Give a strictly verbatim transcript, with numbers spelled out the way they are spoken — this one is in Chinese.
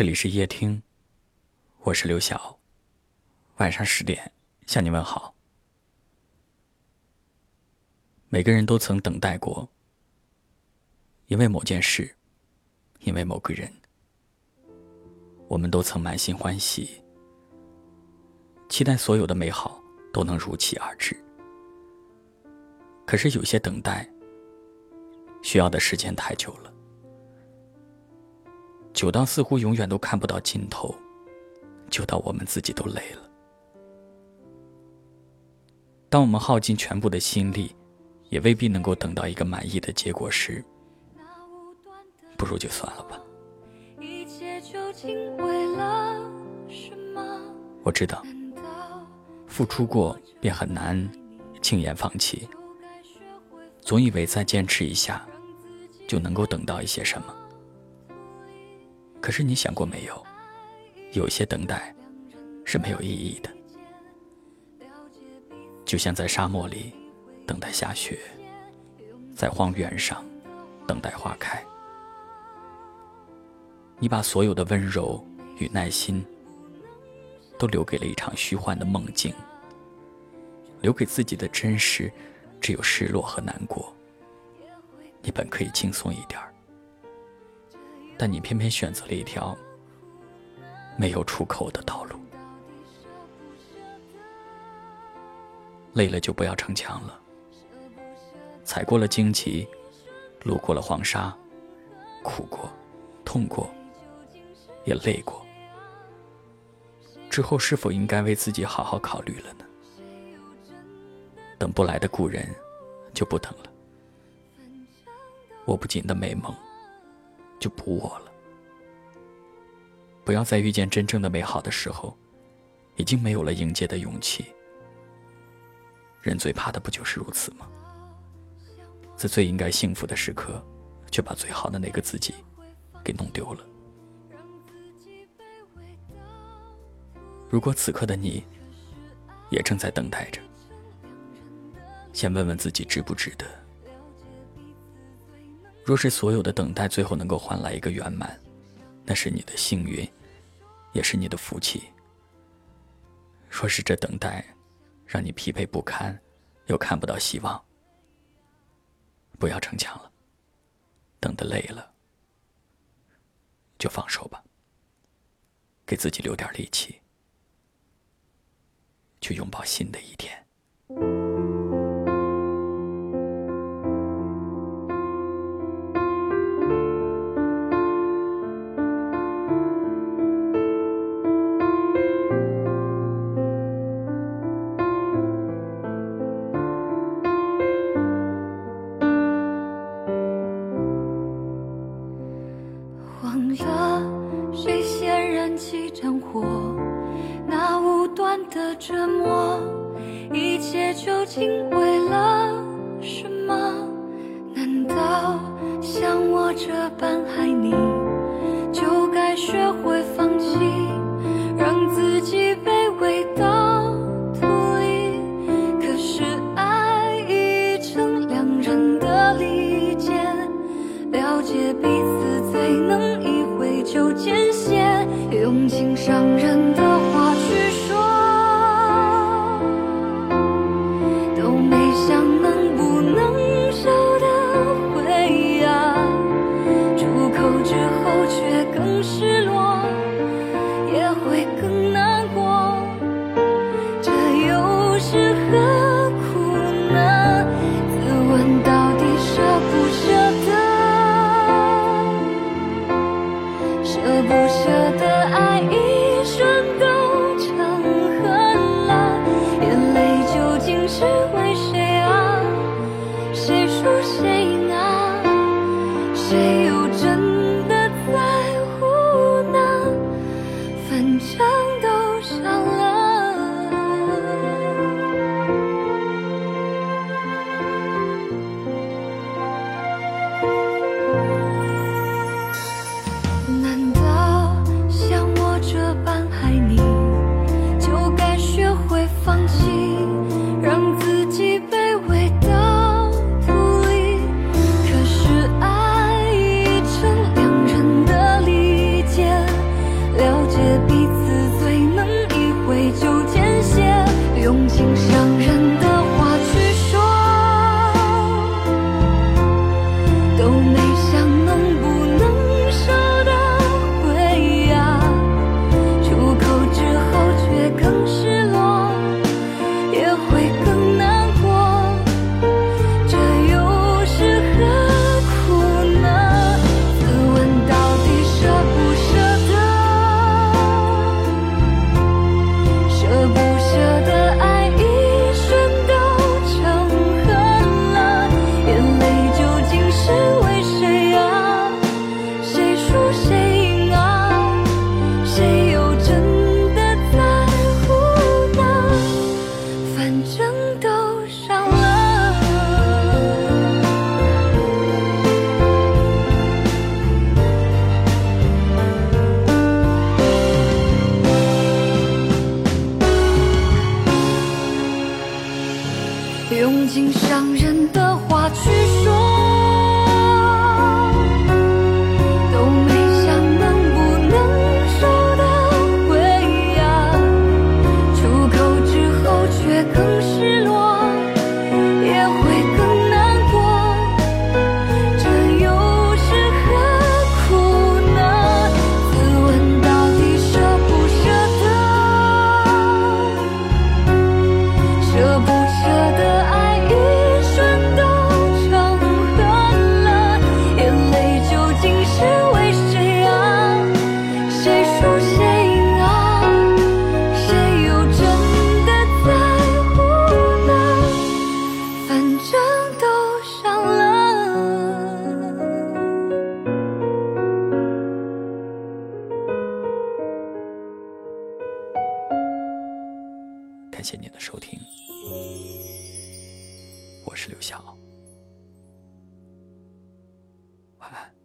这里是夜听，我是刘晓，晚上十点向你问好。每个人都曾等待过，因为某件事，因为某个人，我们都曾满心欢喜，期待所有的美好都能如期而至。可是有些等待需要的时间太久了，久到似乎永远都看不到尽头，久到我们自己都累了。当我们耗尽全部的心力，也未必能够等到一个满意的结果时，不如就算了吧。我知道付出过便很难轻言放弃，总以为再坚持一下就能够等到一些什么。可是你想过没有，有些等待是没有意义的，就像在沙漠里等待下雪，在荒原上等待花开。你把所有的温柔与耐心都留给了一场虚幻的梦境，留给自己的真实只有失落和难过。你本可以轻松一点儿，但你偏偏选择了一条没有出口的道路。累了就不要逞强了，踩过了荆棘，路过了黄沙，苦过，痛过，也累过，之后是否应该为自己好好考虑了呢？等不来的故人就不等了，握不紧的美梦就不握了。不要在遇见真正的美好的时候，已经没有了迎接的勇气。人最怕的不就是如此吗？在最应该幸福的时刻，却把最好的那个自己给弄丢了。如果此刻的你也正在等待着，先问问自己值不值得。若是所有的等待最后能够换来一个圆满，那是你的幸运，也是你的福气。若是这等待让你疲惫不堪，又看不到希望，不要逞强了，等得累了就放手吧，给自己留点力气，去拥抱新的一天。 忘了谁先燃起战火，那无端的折磨，一切究竟为了什么？难道像我这般爱你，就该学会放弃，让自己卑微到土里？可是爱已成两人的利剑，了解彼此才能一挥就见血，用尽伤人的话去说，都没想能不能收得回啊，出口之后却更失落，也会更难过，这又是何苦呢？自问到底舍不舍得，舍不舍得爱一瞬都成恨了，眼泪究竟是为谁啊？谁输谁拿？谁又真的在乎呢？反正都伤了。难道像我这般爱你， 尽伤人的话去说，都没想能不能收得回呀，出口之后却更失落，也会更难过，这又是何苦呢？自问到底舍不舍得，舍不舍得爱一瞬都成恨了，眼泪究竟是为谁啊？谁输谁赢啊？谁又真的在乎呢？反正都伤了。 感谢您的收听，我是刘晓，晚安。